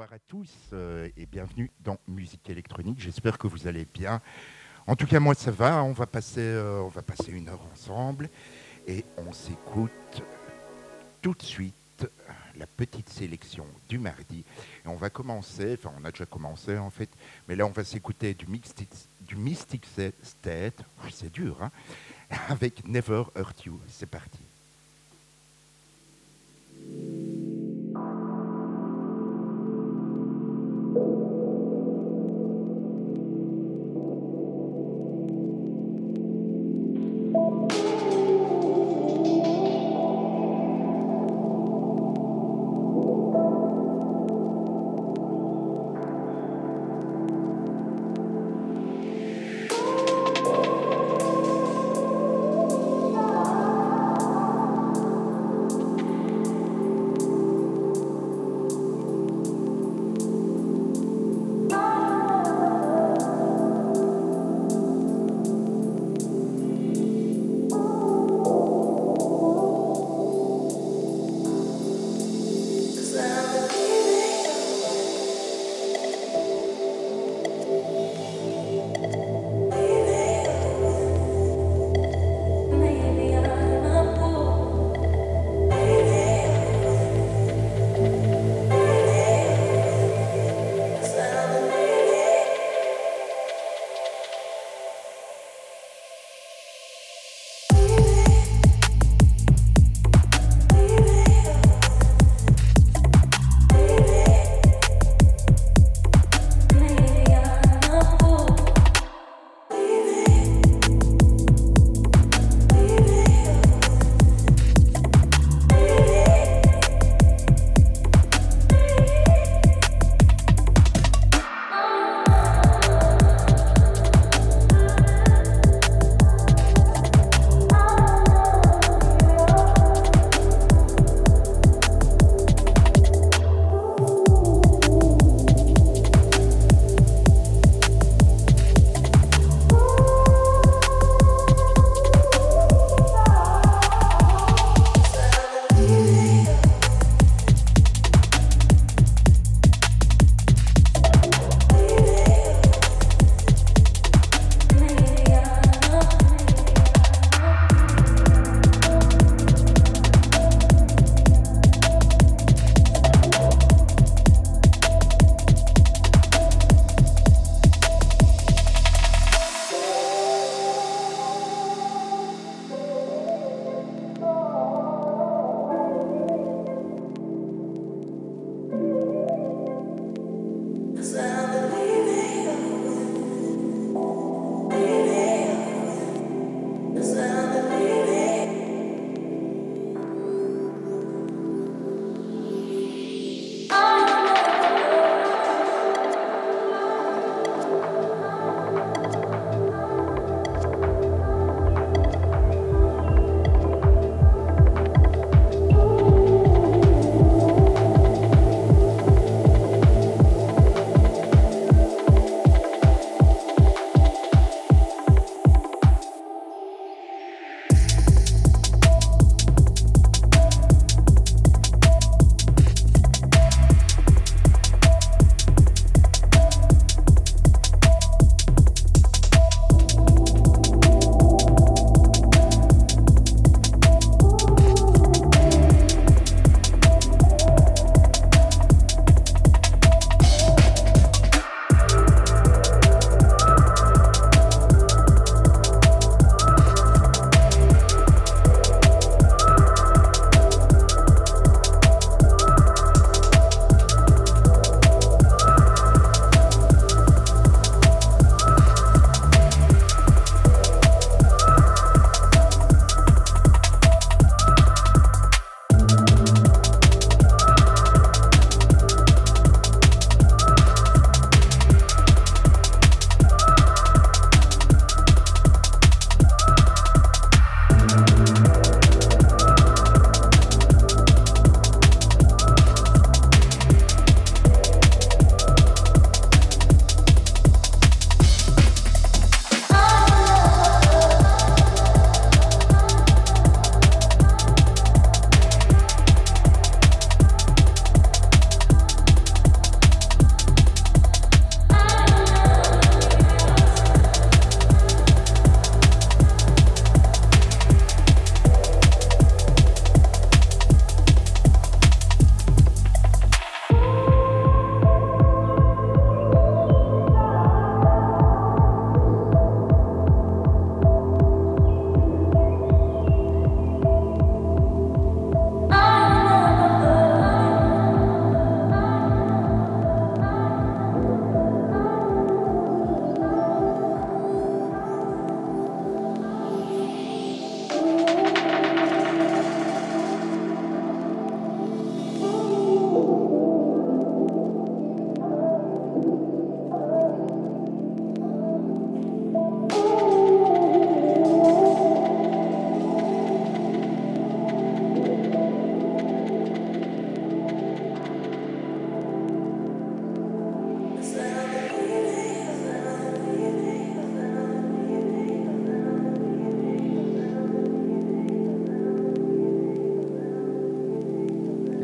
bonsoir à tous et bienvenue dans Musique électronique. J'espère que vous allez bien. En tout cas, moi, ça va. On va passer une heure ensemble et on s'écoute tout de suite la petite sélection du mardi. Et on va commencer, enfin, on a déjà commencé en fait, mais là, on va s'écouter du Mystic State. C'est dur, hein, avec Never Hurt You. C'est parti.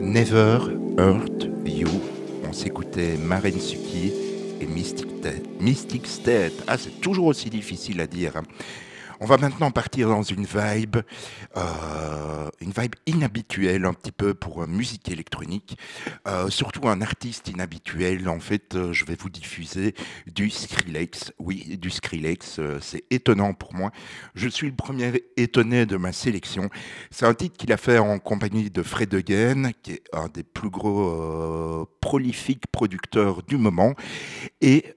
Never Hurt You. On s'écoutait Maren Suki et Mystic State. Ah, c'est toujours aussi difficile à dire. On va maintenant partir dans une vibe inhabituelle un petit peu pour musique électronique, surtout un artiste inhabituel. En fait, je vais vous diffuser du Skrillex. Oui, du Skrillex, c'est étonnant pour moi. Je suis le premier étonné de ma sélection. C'est un titre qu'il a fait en compagnie de Fred Again, qui est un des plus gros prolifiques producteurs du moment, et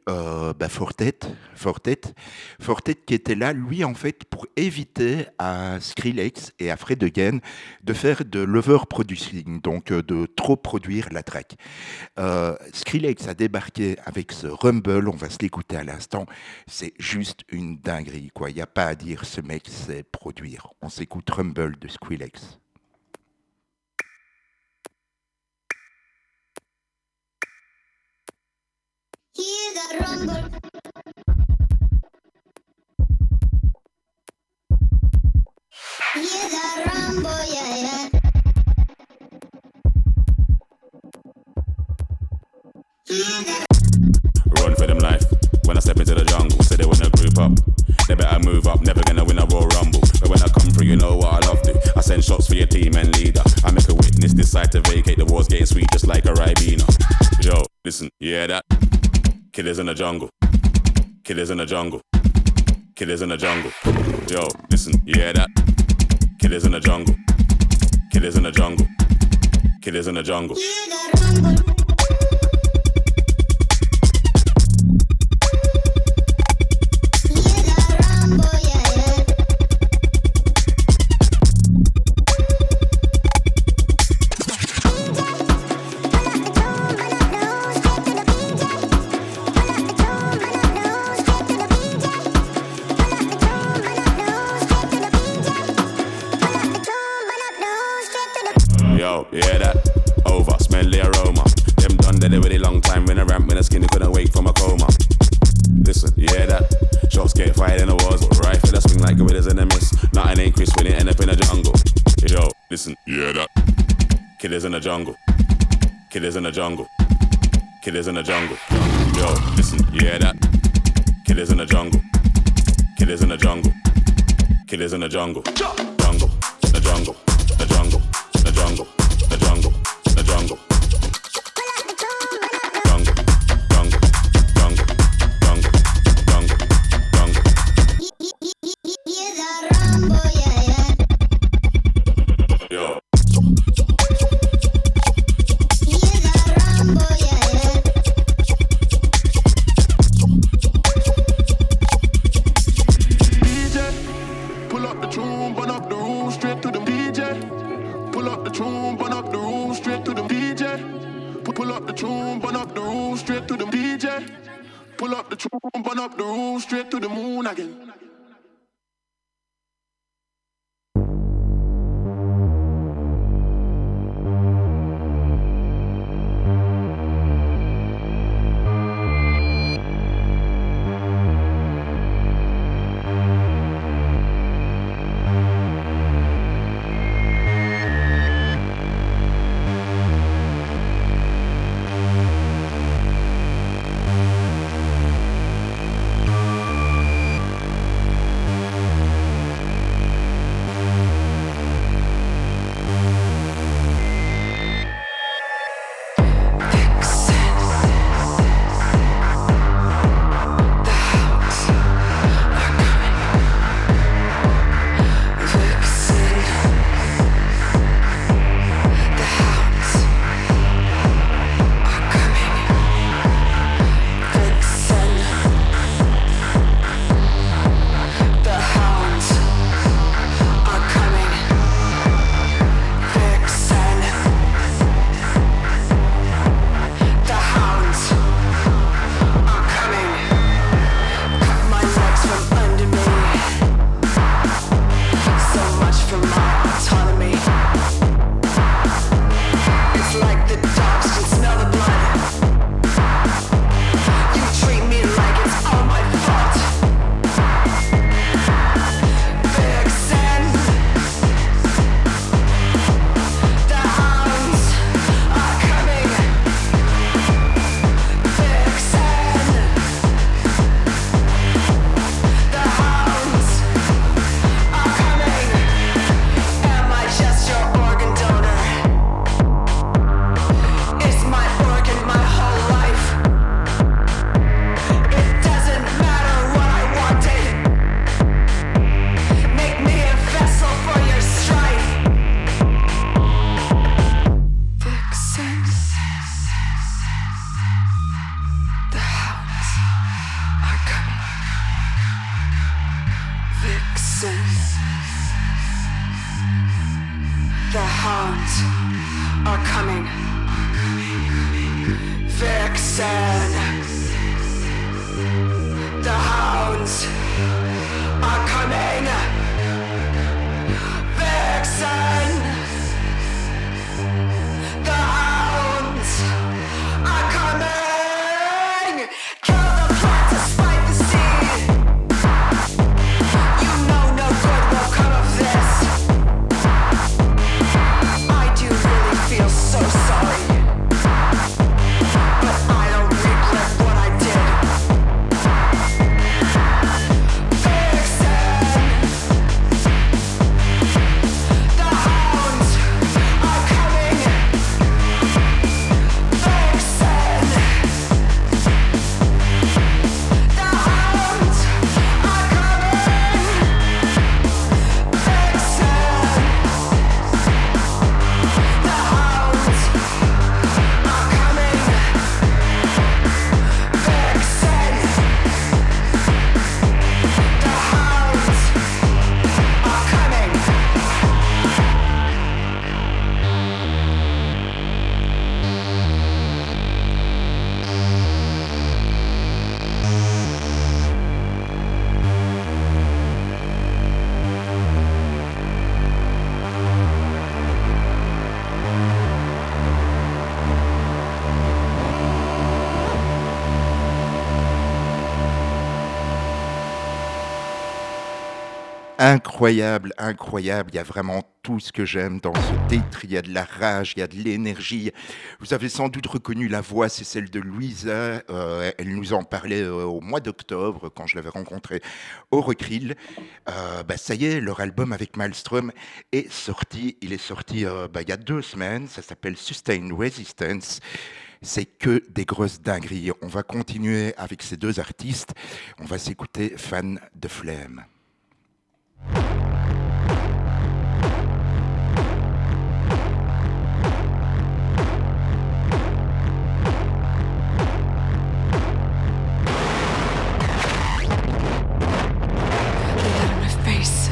Fortet qui était là, lui, en fait, pour éviter à Skrillex et à Fred Again de faire de l'overproducing, donc de trop produire la track. Skrillex a débarqué avec ce Rumble, on va se l'écouter à l'instant, c'est juste une dinguerie, quoi. Il n'y a pas à dire, ce mec sait produire. On s'écoute Rumble de Skrillex. Hear that rumble. Hear that rumble, yeah, yeah. Hear that. Run for them life. When I step into the jungle, say they wanna group up. They better move up, never gonna win a Royal Rumble. But when I come through, you know what I love to. I send shots for your team and leader. I make a witness decide to vacate. The war's getting sweet just like a Ribena. Yo, listen, you hear that? Killers in the jungle. Killers in the jungle. Killers in the jungle. Yo, listen, you hear that? Killers in the jungle. Killers in the jungle. Killers in the jungle. Hear that rumble. Yo, you hear that? Over, smell the aroma. Them done dead already long time when I ramp when the skinny couldn't wake from a coma. Listen, you hear that? Shots get fired in the wars, rifle that swing like gorillas in the mist. Nothing ain't crisp when it end up in the jungle. Yo, listen, you hear that? Killers in the jungle. Killers in the jungle. Killers in the jungle. Yo, listen, you hear that? Killers in the jungle. Killers in the jungle. Killers in the jungle. Jungle, the jungle, the jungle, the jungle, the jungle, the jungle. Jungle, jungle, jungle, jungle, jungle, jungle. Hear that rumble, yeah, yeah. Yo. Hear that rumble, yeah, yeah. DJ, pull up the tune, burn up the room, straight to the DJ. Pull up the tune, burn up the room, straight to the DJ. Pull up the tune, burn up the room, straight to the DJ. Pull up the tune, burn up the room, straight to the moon again. Listen, the hounds are coming. Vixen, the hounds are coming. Vixen, the hounds are coming. Kill the plant to spite the seed. You know no good will come of this. I do really feel so sorry, but I don't regret what I did. Vixen, the hounds are coming. Vixen, the hounds are coming. Vixen, the hounds are coming. Vixen, the hounds are coming. Incroyable, incroyable. Il y a vraiment tout ce que j'aime dans ce titre. Il y a de la rage, il y a de l'énergie. Vous avez sans doute reconnu la voix, c'est celle de Louisa. Elle nous en parlait au mois d'octobre quand je l'avais rencontrée au Recryl. Ça y est, leur album avec Maelstrom est sorti. Il est sorti il y a 2 semaines. Ça s'appelle Sustained Resistance. C'est que des grosses dingueries. On va continuer avec ces 2 artistes. On va s'écouter Fan de Flemme. That in my face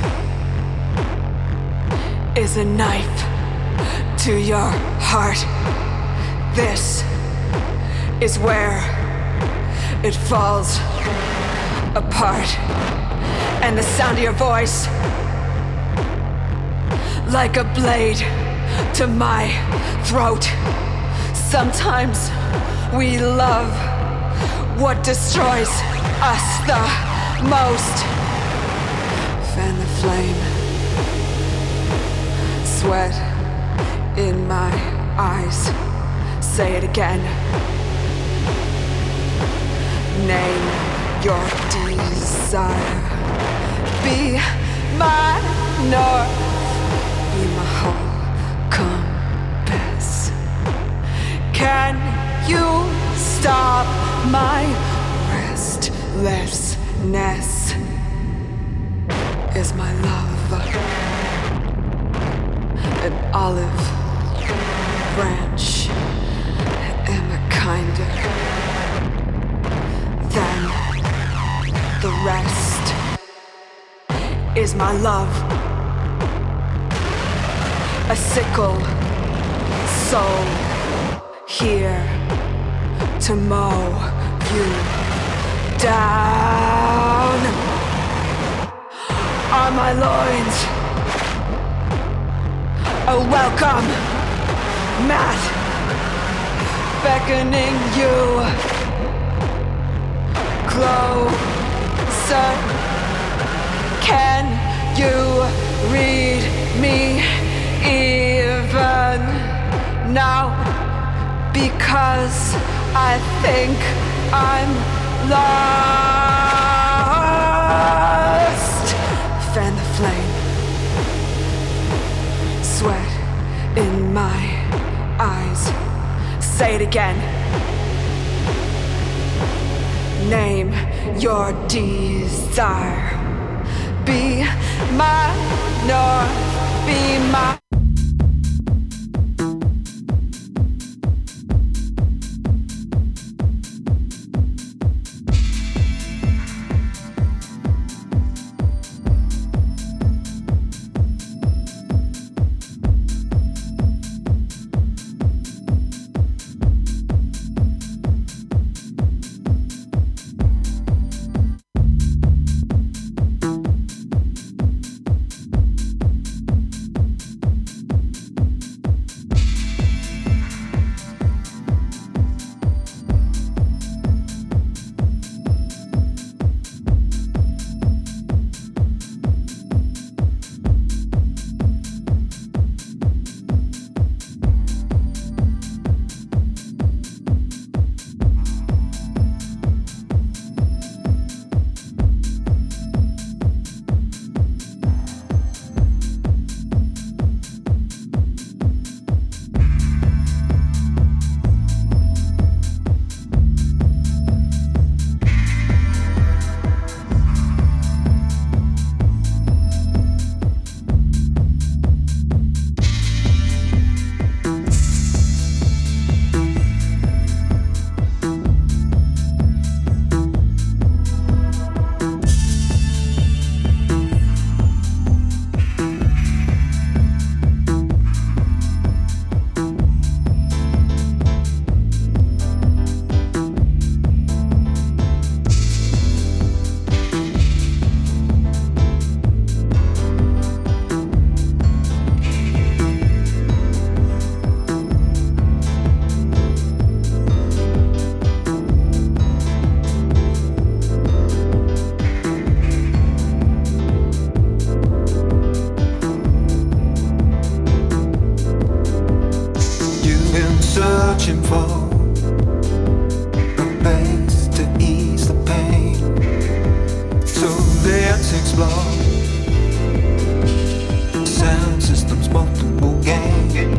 is a knife to your heart. This is where it falls apart. And the sound of your voice, like a blade to my throat. Sometimes we love what destroys us the most. Fan the flame, sweat in my eyes. Say it again. Name your desire. Be my north, be my whole compass. Can you stop my restlessness? Is my love an olive branch? Am I kinder than the rest? Is my love a sickle soul here to mow you down? Are my loins a welcome mat beckoning you closer? Can you read me even now? Because I think I'm lost. Fan the flame, sweat in my eyes. Say it again. Name your desire. Be my north, be my. searching for a place to ease the pain. So let's explore sound systems, multiple gain.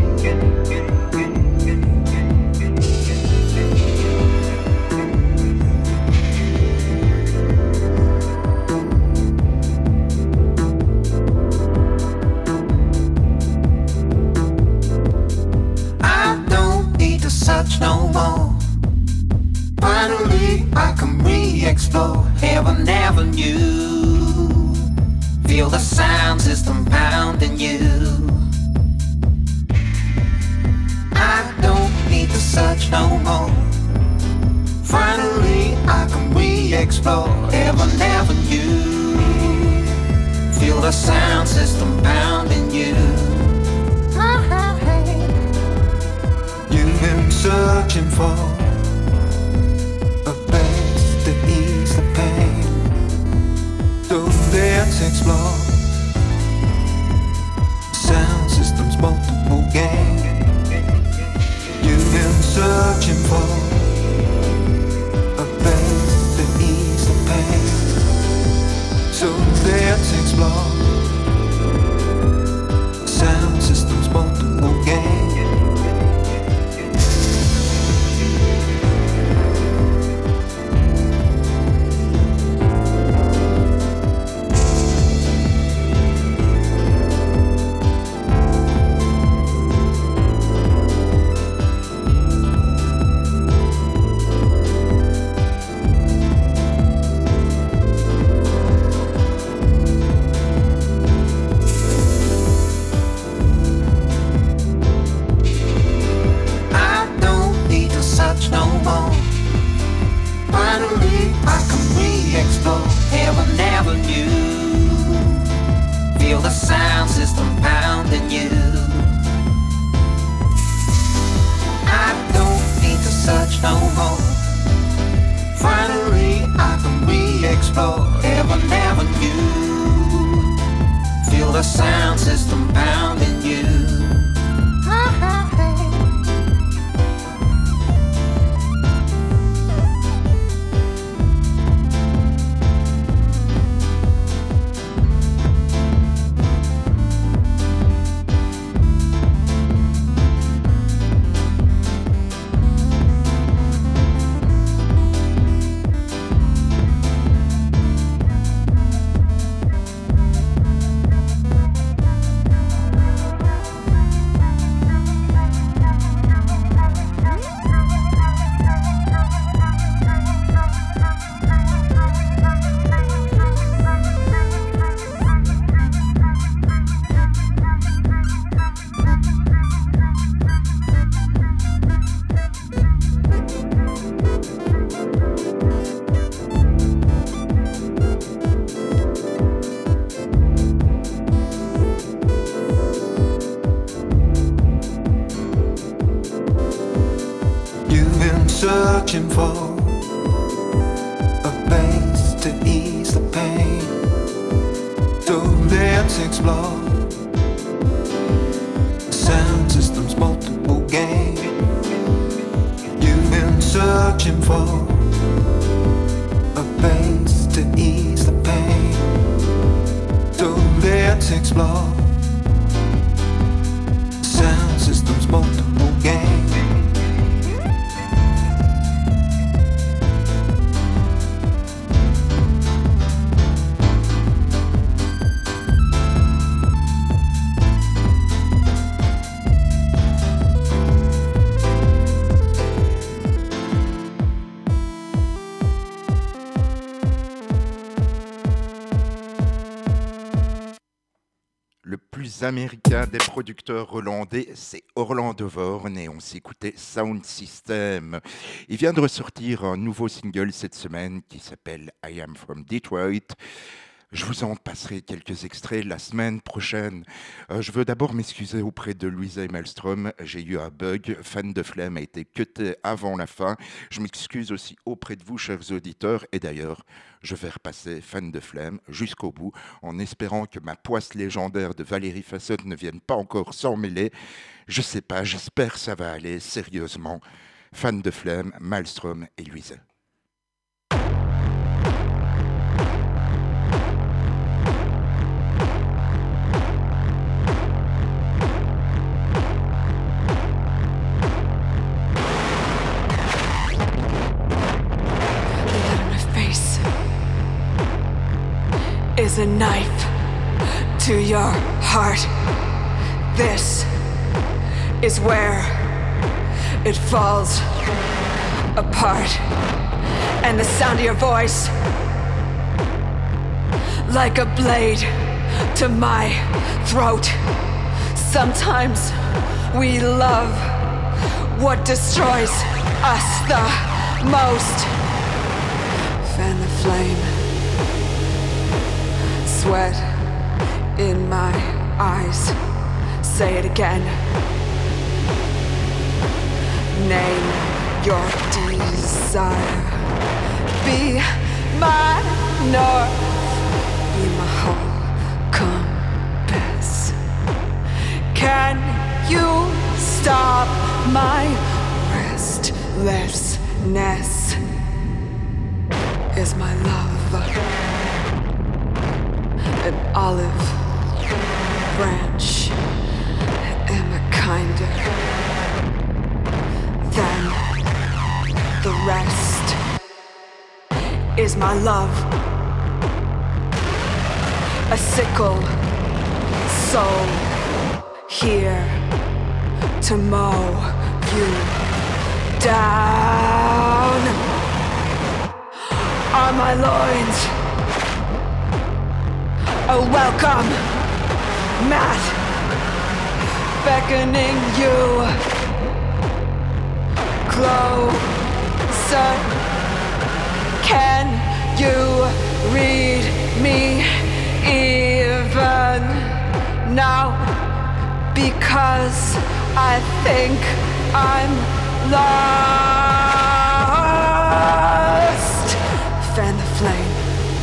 Search no more. Finally, I can re-explore Heaven Avenue. Feel the sound system pounding you. I don't need to search no more. Finally, I can re-explore Heaven Avenue. Feel the sound system pounding you. You've been searching for a place to ease the pain. So let's explore sound systems, multiple gain. You've been searching for a place to ease the pain. So let's explore sound systems, multiple gain. Searching for a place to ease the pain. So let's explore sound systems, multiple gain. You've been searching for a place to ease the pain. So let's explore sound systems, multiple gain. Américain des producteurs hollandais, c'est Orlando Vorn et on s'écoutait Sound System. Il vient de ressortir un nouveau single cette semaine qui s'appelle I Am From Detroit. Je vous en passerai quelques extraits la semaine prochaine. Je veux d'abord m'excuser auprès de Louisa et Maelstrom. J'ai eu un bug. Fan de Flemme a été cuté avant la fin. Je m'excuse aussi auprès de vous, chers auditeurs. Et d'ailleurs, je vais repasser Fan de Flemme jusqu'au bout, en espérant que ma poisse légendaire de Valérie Fassotte ne vienne pas encore s'en mêler. Je sais pas, j'espère que ça va aller, sérieusement. Fan de Flemme, Maelstrom et Louisa. Is a knife to your heart. This is where it falls apart. And the sound of your voice, like a blade to my throat. Sometimes we love what destroys us the most. Fan the flame. Sweat in my eyes. Say it again. Name your desire. Be my north. Be my whole compass. Can you stop my restlessness? Is my love an olive branch? Am I kinder than the rest? Is my love a sickle soul here to mow you down? Are my loins a welcome mat beckoning you closer? Can you read me even now? Because I think I'm lost. Fan the flame.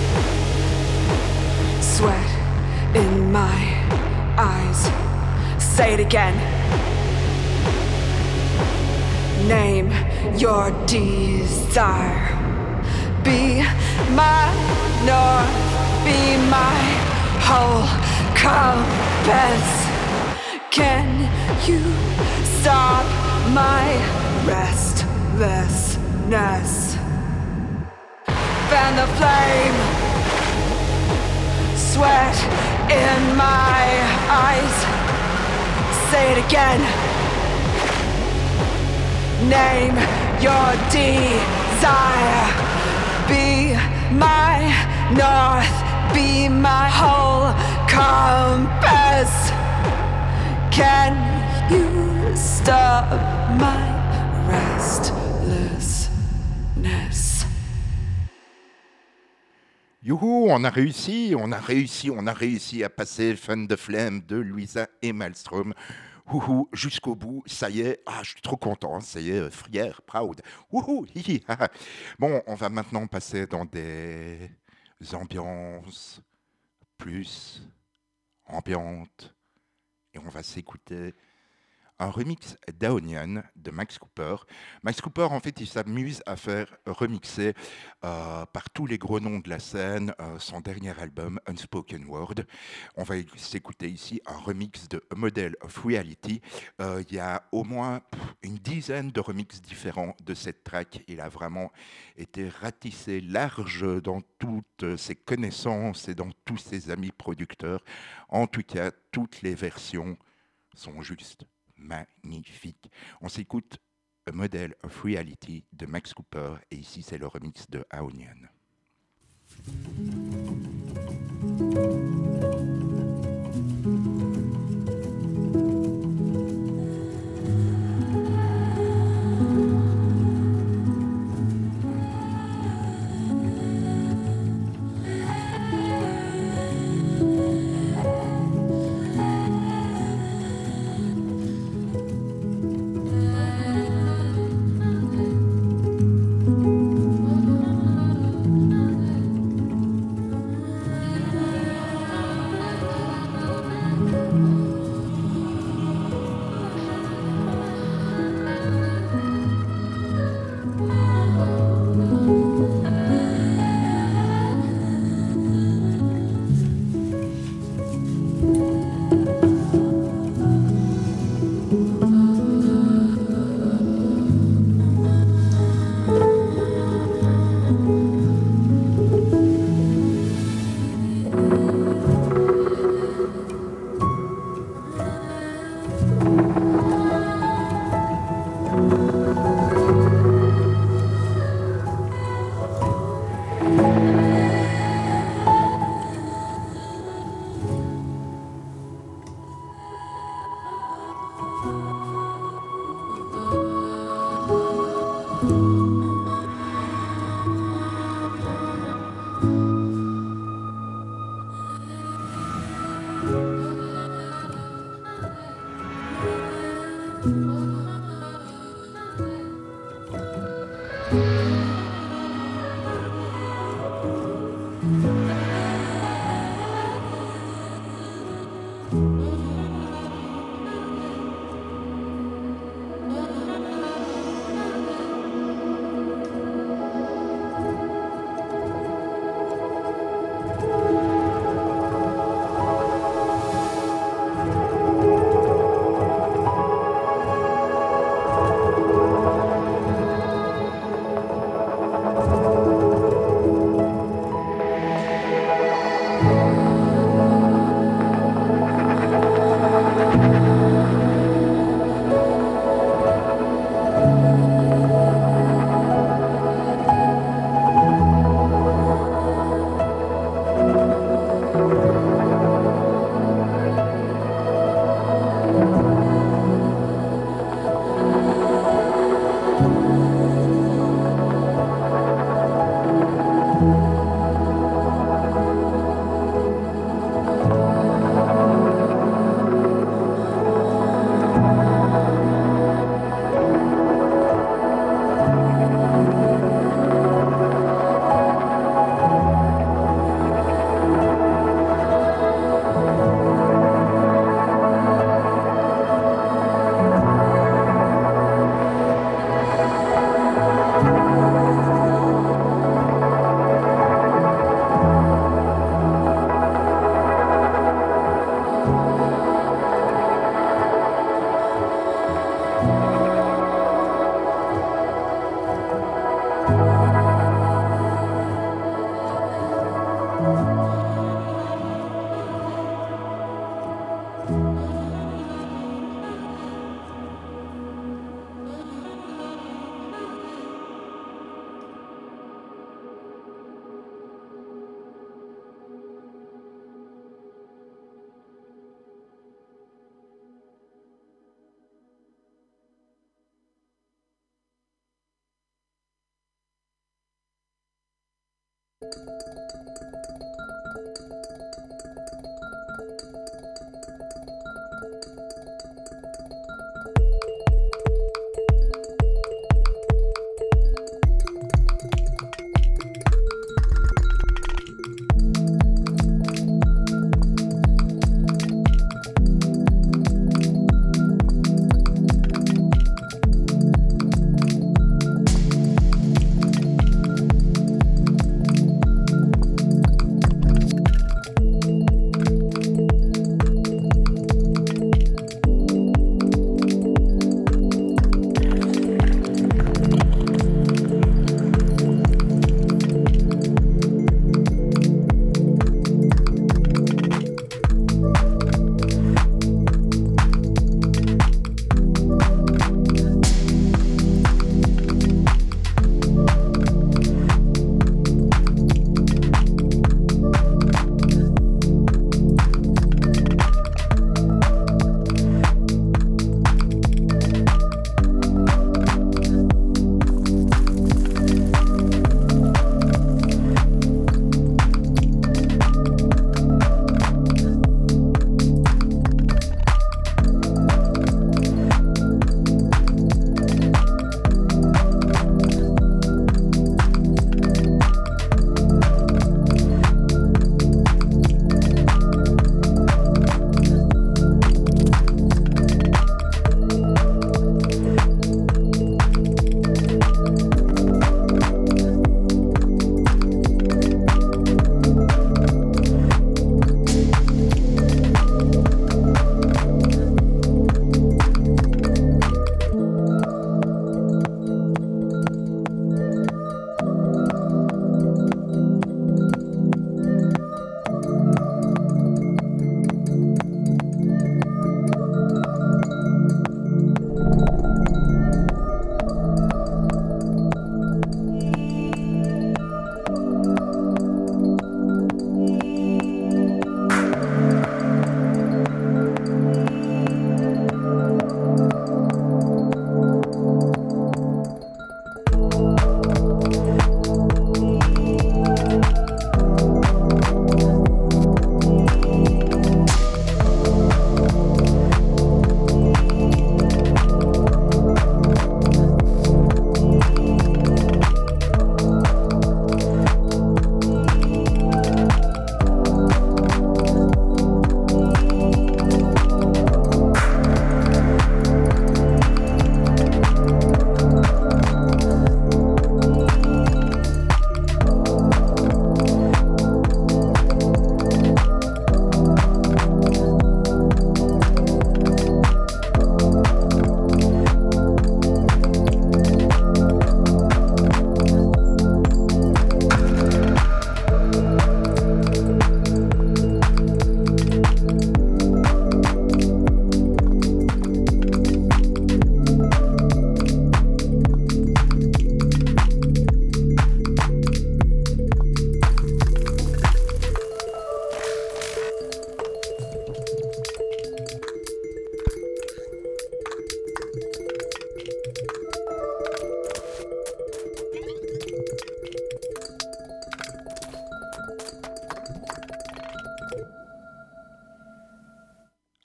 Sweat in my eyes. Say it again. Name your desire. Be my north. Be my whole compass. Can you stop my restlessness? Fan the flame. Sweat in my eyes. Say it again. Name your desire. Be my north. Be my whole compass. Can you stop my restlessness? Youhou, on a réussi à passer Fan de Flemme de Louisa et Maelstrom. Ouhou, jusqu'au bout, ça y est, je suis trop content, ça y est, fier, proud. Ouhou, hihi, haha. Bon, on va maintenant passer dans des ambiances plus ambiantes et on va s'écouter un remix d'Aonian de Max Cooper. Max Cooper, en fait, il s'amuse à faire remixer par tous les gros noms de la scène son dernier album, Unspoken Word. On va s'écouter ici un remix de A Model of Reality. Il y a au moins une dizaine de remixes différents de cette track. Il a vraiment été ratissé large dans toutes ses connaissances et dans tous ses amis producteurs. En tout cas, toutes les versions sont justes magnifique. On s'écoute A Model of Reality de Max Cooper et ici c'est le remix de Aonian.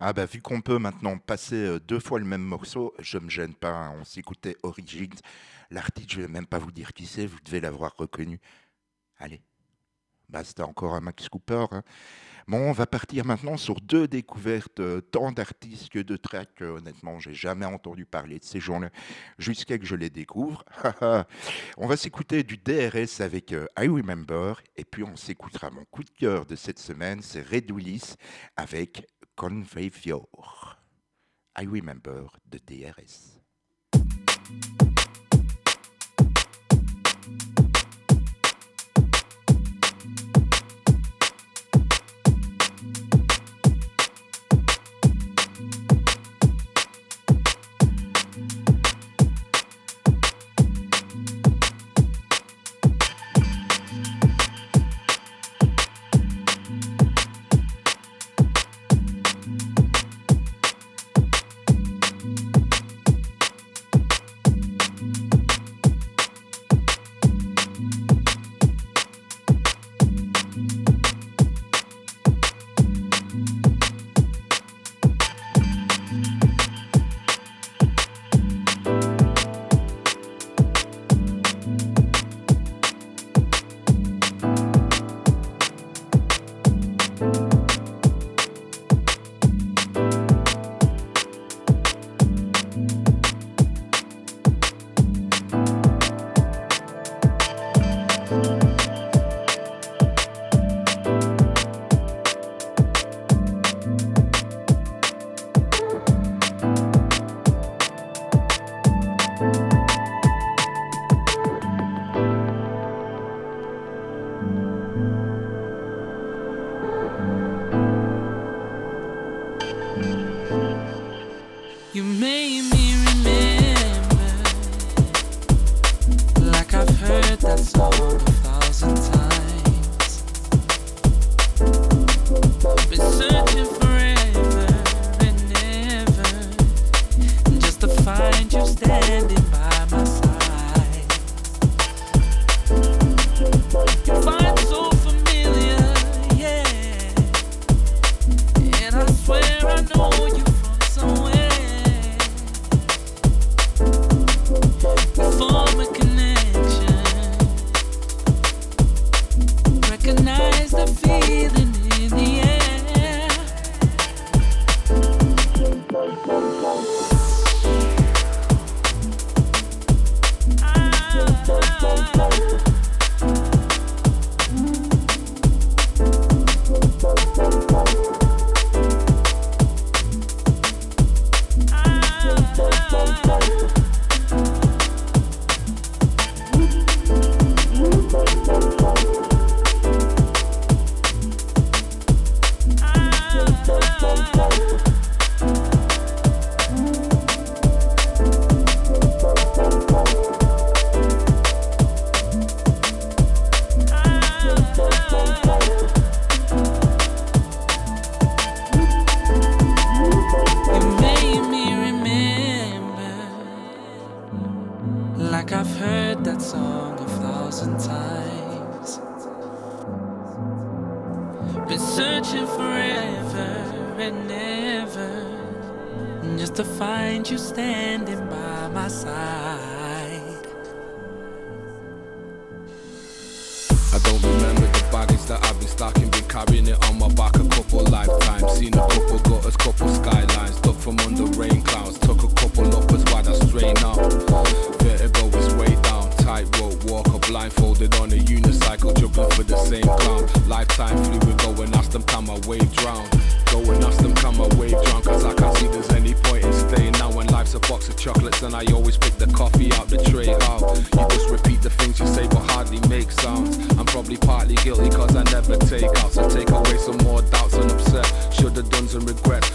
Ah bah vu qu'on peut maintenant passer 2 fois le même morceau, je me gêne pas, hein. On s'écoutait Origins. L'artiste, je vais même pas vous dire qui c'est, vous devez l'avoir reconnu. Allez, bah c'était encore un Max Cooper, hein. Bon, on va partir maintenant sur 2 découvertes, tant d'artistes que de tracks. Honnêtement, j'ai jamais entendu parler de ces gens-là jusqu'à que je les découvre. On va s'écouter du DRS avec I Remember, et puis on s'écoutera mon coup de cœur de cette semaine, c'est Red Willis avec Conveyor. I Remember de DRS. Partly guilty cause I never take out. So take away some more doubts and upset. Should've done some regret.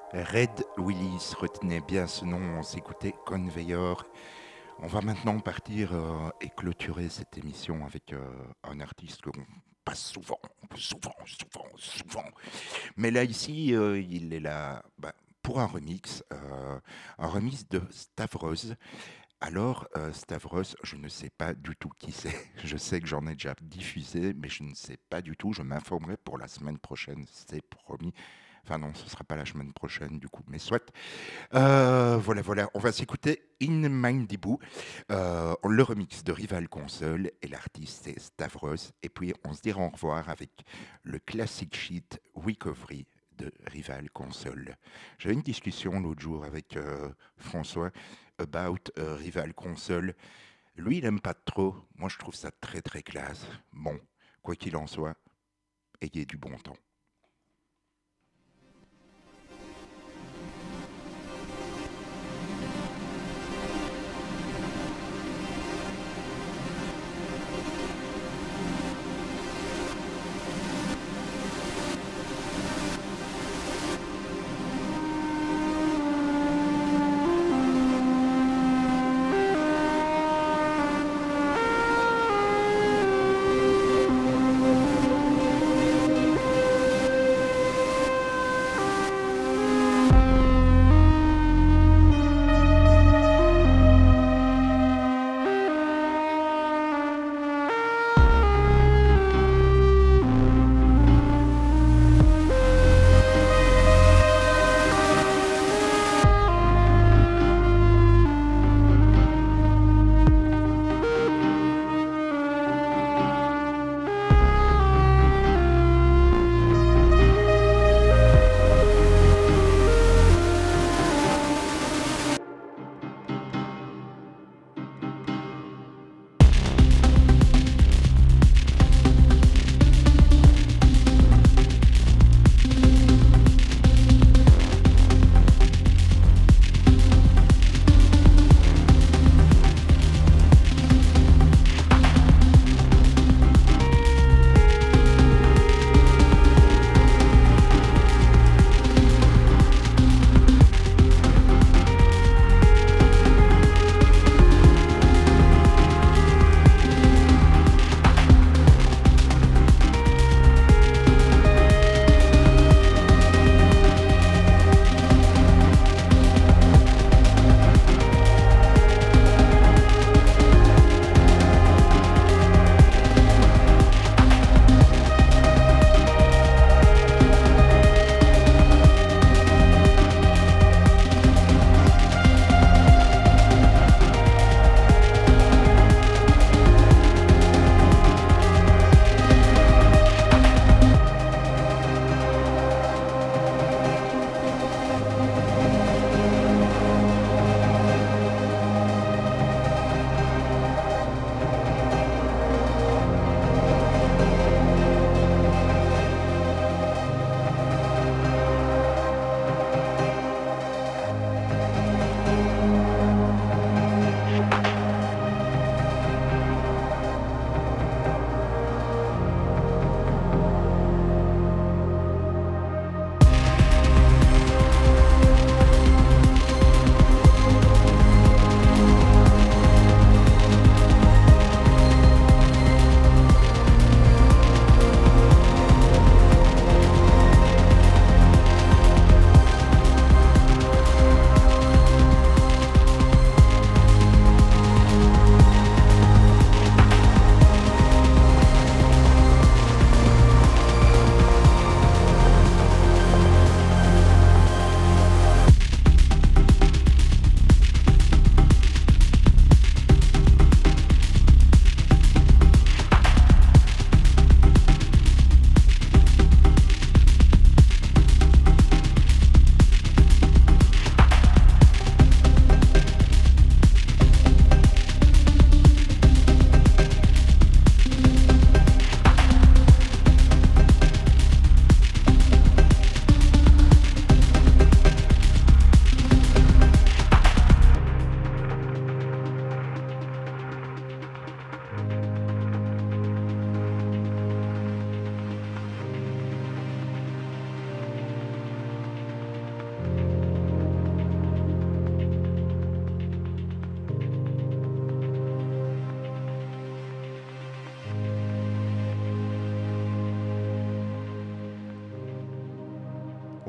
Red Willis, retenez bien ce nom, on s'écoutait Conveyor. On va maintenant partir et clôturer cette émission avec un artiste qu'on passe souvent. Mais là, ici, il est là pour un remix de Stavros. Alors, Stavros, je ne sais pas du tout qui c'est. Je sais que j'en ai déjà diffusé, mais je ne sais pas du tout. Je m'informerai pour la semaine prochaine, c'est promis. Enfin non, ce ne sera pas la semaine prochaine du coup, mais soit. Voilà. On va s'écouter In Mindiboo, le remix de Rival Console, et l'artiste c'est Stavros. Et puis on se dira au revoir avec le classic sheet Recovery de Rival Console. J'avais une discussion l'autre jour avec François about Rival Console. Lui, il n'aime pas trop. Moi, je trouve ça très très classe. Bon, quoi qu'il en soit, ayez du bon temps.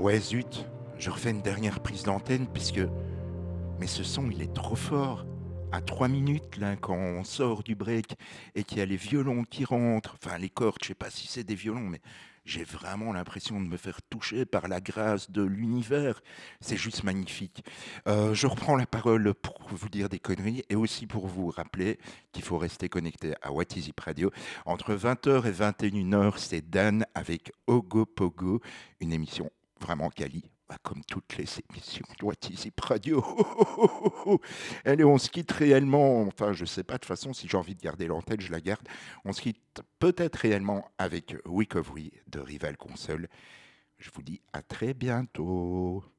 Ouais, zut, je refais une dernière prise d'antenne puisque... Mais ce son, il est trop fort. À 3 minutes, là, quand on sort du break et qu'il y a les violons qui rentrent, enfin les cordes, je sais pas si c'est des violons, mais j'ai vraiment l'impression de me faire toucher par la grâce de l'univers. C'est juste magnifique. Je reprends la parole pour vous dire des conneries et aussi pour vous rappeler qu'il faut rester connecté à What Is It Radio. Entre 20h et 21h, c'est Dan avec Ogo Pogo, une émission vraiment quali, comme toutes les émissions de What Is It Radio. Allez, on se quitte réellement, enfin je sais pas, de toute façon si j'ai envie de garder l'antenne, je la garde. On se quitte peut-être réellement avec Week of We de Rival Console. Je vous dis à très bientôt.